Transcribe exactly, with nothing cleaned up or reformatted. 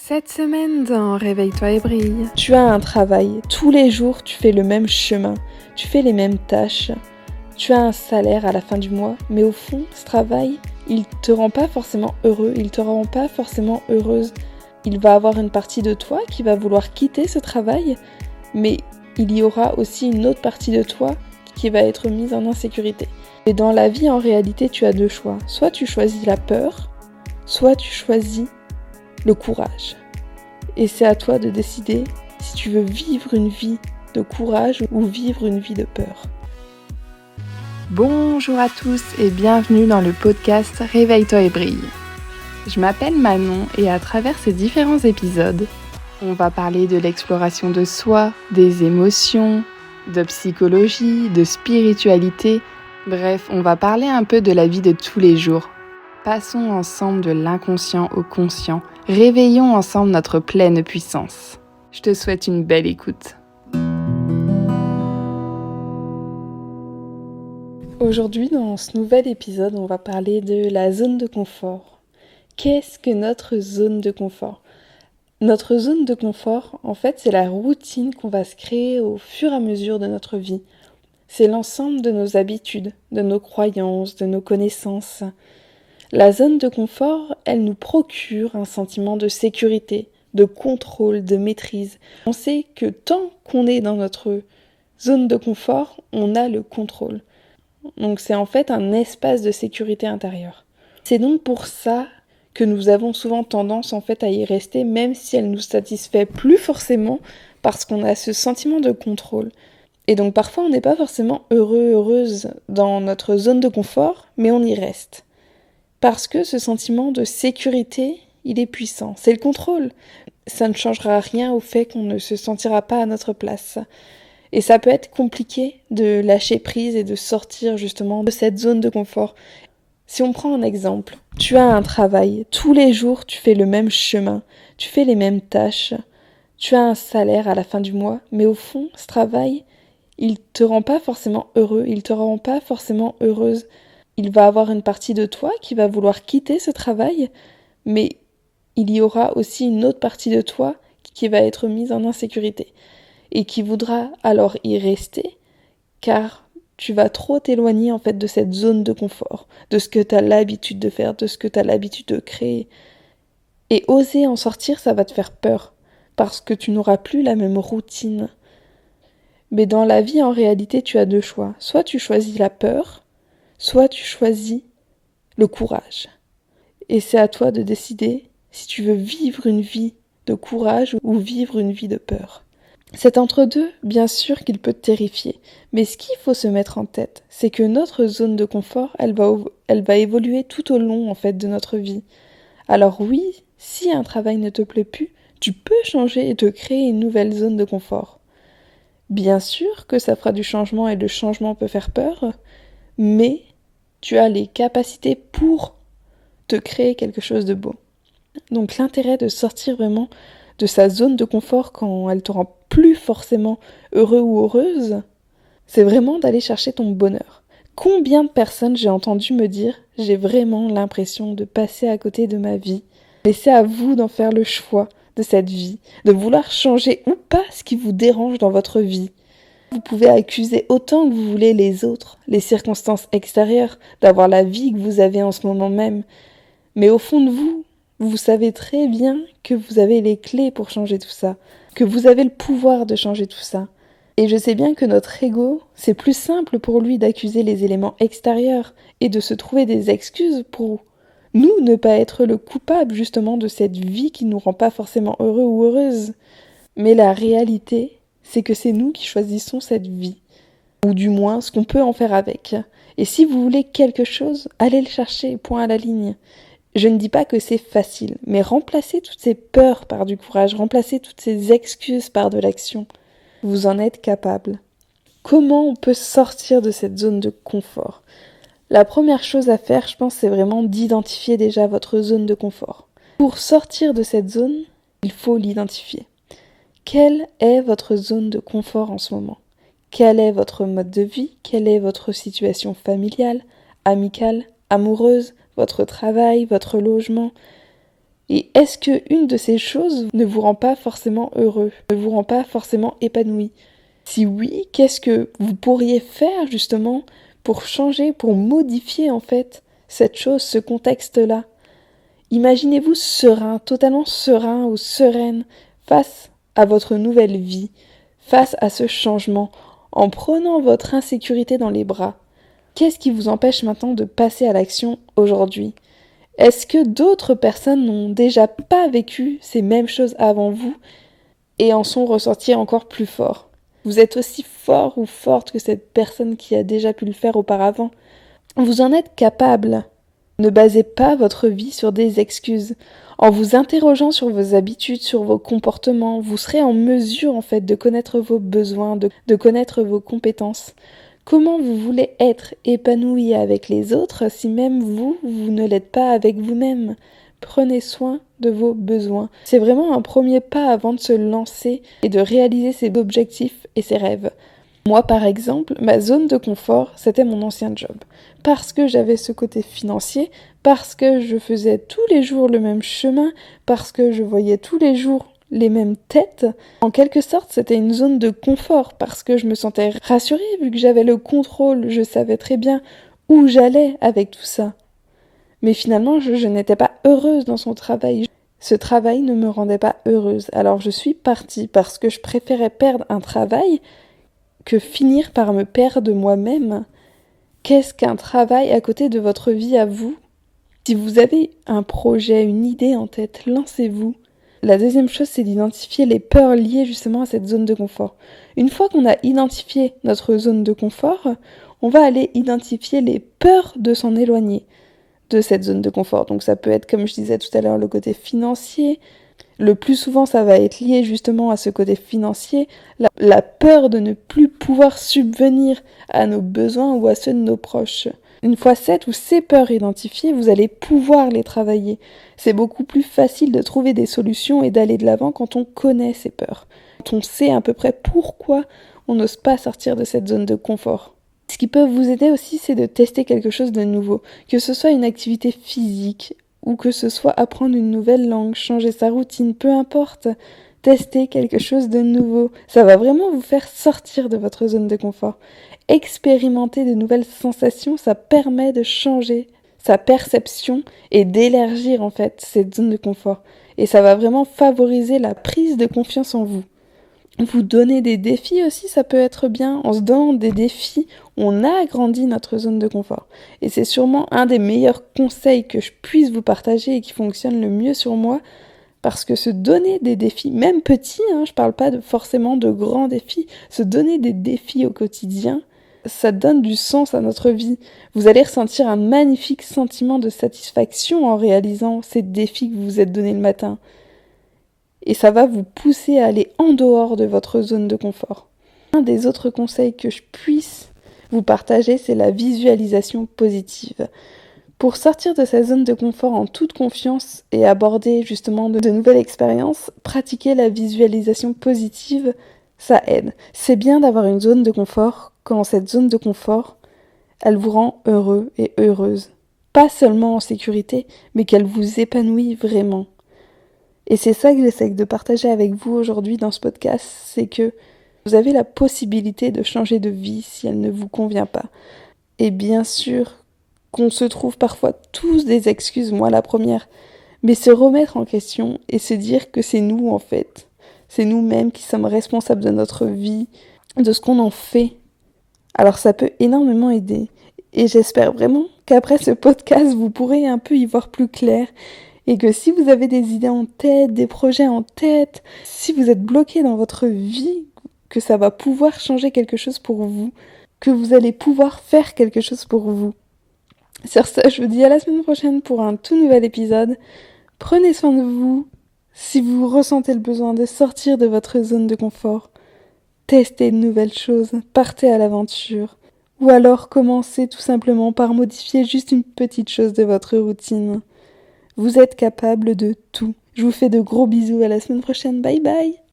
Cette semaine dans Réveille-toi et brille. Tu as un travail, tous les jours tu fais le même chemin, tu fais les mêmes tâches, tu as un salaire à la fin du mois, mais au fond, ce travail, il te rend pas forcément heureux, il te rend pas forcément heureuse. Il va avoir une partie de toi qui va vouloir quitter ce travail, mais il y aura aussi une autre partie de toi qui va être mise en insécurité. Et dans la vie, en réalité, tu as deux choix. Soit tu choisis la peur, soit tu choisis le courage. Et c'est à toi de décider si tu veux vivre une vie de courage ou vivre une vie de peur. Bonjour à tous et bienvenue dans le podcast Réveille-toi et brille. Je m'appelle Manon et à travers ces différents épisodes, on va parler de l'exploration de soi, des émotions, de psychologie, de spiritualité. Bref, on va parler un peu de la vie de tous les jours. Passons ensemble de l'inconscient au conscient. Réveillons ensemble notre pleine puissance. Je te souhaite une belle écoute. Aujourd'hui, dans ce nouvel épisode, on va parler de la zone de confort. Qu'est-ce que notre zone de confort ? Notre zone de confort, en fait, c'est la routine qu'on va se créer au fur et à mesure de notre vie. C'est l'ensemble de nos habitudes, de nos croyances, de nos connaissances. La zone de confort, elle nous procure un sentiment de sécurité, de contrôle, de maîtrise. On sait que tant qu'on est dans notre zone de confort, on a le contrôle. Donc c'est en fait un espace de sécurité intérieure. C'est donc pour ça que nous avons souvent tendance en fait à y rester, même si elle nous satisfait plus forcément, parce qu'on a ce sentiment de contrôle. Et donc parfois on n'est pas forcément heureux, heureuse dans notre zone de confort, mais on y reste. Parce que ce sentiment de sécurité, il est puissant. C'est le contrôle. Ça ne changera rien au fait qu'on ne se sentira pas à notre place. Et ça peut être compliqué de lâcher prise et de sortir justement de cette zone de confort. Si on prend un exemple, tu as un travail, tous les jours tu fais le même chemin, tu fais les mêmes tâches, tu as un salaire à la fin du mois, mais au fond, ce travail, il te rend pas forcément heureux, il te rend pas forcément heureuse. Il va avoir une partie de toi qui va vouloir quitter ce travail, mais il y aura aussi une autre partie de toi qui va être mise en insécurité et qui voudra alors y rester car tu vas trop t'éloigner en fait de cette zone de confort, de ce que tu as l'habitude de faire, de ce que tu as l'habitude de créer. Et oser en sortir, ça va te faire peur parce que tu n'auras plus la même routine. Mais dans la vie, en réalité, tu as deux choix. Soit tu choisis la peur, soit tu choisis le courage. Et c'est à toi de décider si tu veux vivre une vie de courage ou vivre une vie de peur. Cet entre-deux, bien sûr qu'il peut te terrifier, mais ce qu'il faut se mettre en tête, c'est que notre zone de confort, elle va, elle va évoluer tout au long en fait de notre vie. Alors oui, si un travail ne te plaît plus, tu peux changer et te créer une nouvelle zone de confort. Bien sûr que ça fera du changement et le changement peut faire peur, mais tu as les capacités pour te créer quelque chose de beau. Donc l'intérêt de sortir vraiment de sa zone de confort quand elle te rend plus forcément heureux ou heureuse, c'est vraiment d'aller chercher ton bonheur. Combien de personnes j'ai entendu me dire « j'ai vraiment l'impression de passer à côté de ma vie ». Et c'est à vous d'en faire le choix de cette vie, de vouloir changer ou pas ce qui vous dérange dans votre vie. Vous pouvez accuser autant que vous voulez les autres, les circonstances extérieures, d'avoir la vie que vous avez en ce moment même. Mais au fond de vous, vous savez très bien que vous avez les clés pour changer tout ça, que vous avez le pouvoir de changer tout ça. Et je sais bien que notre ego, c'est plus simple pour lui d'accuser les éléments extérieurs et de se trouver des excuses pour nous ne pas être le coupable justement de cette vie qui nous rend pas forcément heureux ou heureuse. Mais la réalité, c'est que c'est nous qui choisissons cette vie, ou du moins ce qu'on peut en faire avec. Et si vous voulez quelque chose, allez le chercher, point à la ligne. Je ne dis pas que c'est facile, mais remplacez toutes ces peurs par du courage, remplacez toutes ces excuses par de l'action. Vous en êtes capable. Comment on peut sortir de cette zone de confort ? La première chose à faire, je pense, c'est vraiment d'identifier déjà votre zone de confort. Pour sortir de cette zone, il faut l'identifier. Quelle est votre zone de confort en ce moment ? Quel est votre mode de vie ? Quelle est votre situation familiale, amicale, amoureuse ? Votre travail, votre logement. Et est-ce que une de ces choses ne vous rend pas forcément heureux, ne vous rend pas forcément épanoui? Si oui, qu'est-ce que vous pourriez faire justement pour changer, pour modifier en fait cette chose, ce contexte-là? Imaginez-vous serein, totalement serein ou sereine face à votre nouvelle vie, face à ce changement, en prenant votre insécurité dans les bras. Qu'est-ce qui vous empêche maintenant de passer à l'action aujourd'hui? Est-ce que d'autres personnes n'ont déjà pas vécu ces mêmes choses avant vous et en sont ressorties encore plus fort? Vous êtes aussi fort ou forte que cette personne qui a déjà pu le faire auparavant. Vous en êtes capable. Ne basez pas votre vie sur des excuses. En vous interrogeant sur vos habitudes, sur vos comportements, vous serez en mesure en fait de connaître vos besoins, de, de connaître vos compétences. Comment vous voulez être épanoui avec les autres si même vous, vous ne l'êtes pas avec vous-même? Prenez soin de vos besoins. C'est vraiment un premier pas avant de se lancer et de réaliser ses objectifs et ses rêves. Moi, par exemple, ma zone de confort, c'était mon ancien job. Parce que j'avais ce côté financier, parce que je faisais tous les jours le même chemin, parce que je voyais tous les jours les mêmes têtes. En quelque sorte, c'était une zone de confort, parce que je me sentais rassurée, vu que j'avais le contrôle, je savais très bien où j'allais avec tout ça. Mais finalement, je, je n'étais pas heureuse dans son travail. Ce travail ne me rendait pas heureuse. Alors je suis partie, parce que je préférais perdre un travail que finir par me perdre moi-même. Qu'est-ce qu'un travail à côté de votre vie à vous? Si vous avez un projet, une idée en tête, lancez-vous. La deuxième chose, c'est d'identifier les peurs liées justement à cette zone de confort. Une fois qu'on a identifié notre zone de confort, on va aller identifier les peurs de s'en éloigner de cette zone de confort. Donc ça peut être, comme je disais tout à l'heure, le côté financier. Le plus souvent, ça va être lié justement à ce côté financier, la, la peur de ne plus pouvoir subvenir à nos besoins ou à ceux de nos proches. Une fois cette ou ces peurs identifiées, vous allez pouvoir les travailler. C'est beaucoup plus facile de trouver des solutions et d'aller de l'avant quand on connaît ces peurs. Quand on sait à peu près pourquoi on n'ose pas sortir de cette zone de confort. Ce qui peut vous aider aussi, c'est de tester quelque chose de nouveau, que ce soit une activité physique, ou que ce soit apprendre une nouvelle langue, changer sa routine, peu importe, tester quelque chose de nouveau. Ça va vraiment vous faire sortir de votre zone de confort. Expérimenter de nouvelles sensations, ça permet de changer sa perception et d'élargir en fait cette zone de confort. Et ça va vraiment favoriser la prise de confiance en vous. Vous donner des défis aussi, ça peut être bien. En se donnant des défis, on a agrandi notre zone de confort. Et c'est sûrement un des meilleurs conseils que je puisse vous partager et qui fonctionne le mieux sur moi, parce que se donner des défis, même petits, hein, je parle pas de, forcément de grands défis, se donner des défis au quotidien, ça donne du sens à notre vie. Vous allez ressentir un magnifique sentiment de satisfaction en réalisant ces défis que vous vous êtes donnés le matin. Et ça va vous pousser à aller en dehors de votre zone de confort. Un des autres conseils que je puisse vous partager, c'est la visualisation positive. Pour sortir de sa zone de confort en toute confiance et aborder justement de, de nouvelles expériences, pratiquer la visualisation positive, ça aide. C'est bien d'avoir une zone de confort quand cette zone de confort, elle vous rend heureux et heureuse. Pas seulement en sécurité, mais qu'elle vous épanouit vraiment. Et c'est ça que j'essaie de partager avec vous aujourd'hui dans ce podcast, c'est que vous avez la possibilité de changer de vie si elle ne vous convient pas. Et bien sûr qu'on se trouve parfois tous des excuses, moi la première, mais se remettre en question et se dire que c'est nous en fait, c'est nous-mêmes qui sommes responsables de notre vie, de ce qu'on en fait. Alors ça peut énormément aider. Et j'espère vraiment qu'après ce podcast, vous pourrez un peu y voir plus clair. Et que si vous avez des idées en tête, des projets en tête, si vous êtes bloqué dans votre vie, que ça va pouvoir changer quelque chose pour vous, que vous allez pouvoir faire quelque chose pour vous. Sur ce, je vous dis à la semaine prochaine pour un tout nouvel épisode. Prenez soin de vous. Si vous ressentez le besoin de sortir de votre zone de confort, testez de nouvelles choses, partez à l'aventure. Ou alors commencez tout simplement par modifier juste une petite chose de votre routine. Vous êtes capable de tout. Je vous fais de gros bisous, à la semaine prochaine, bye bye.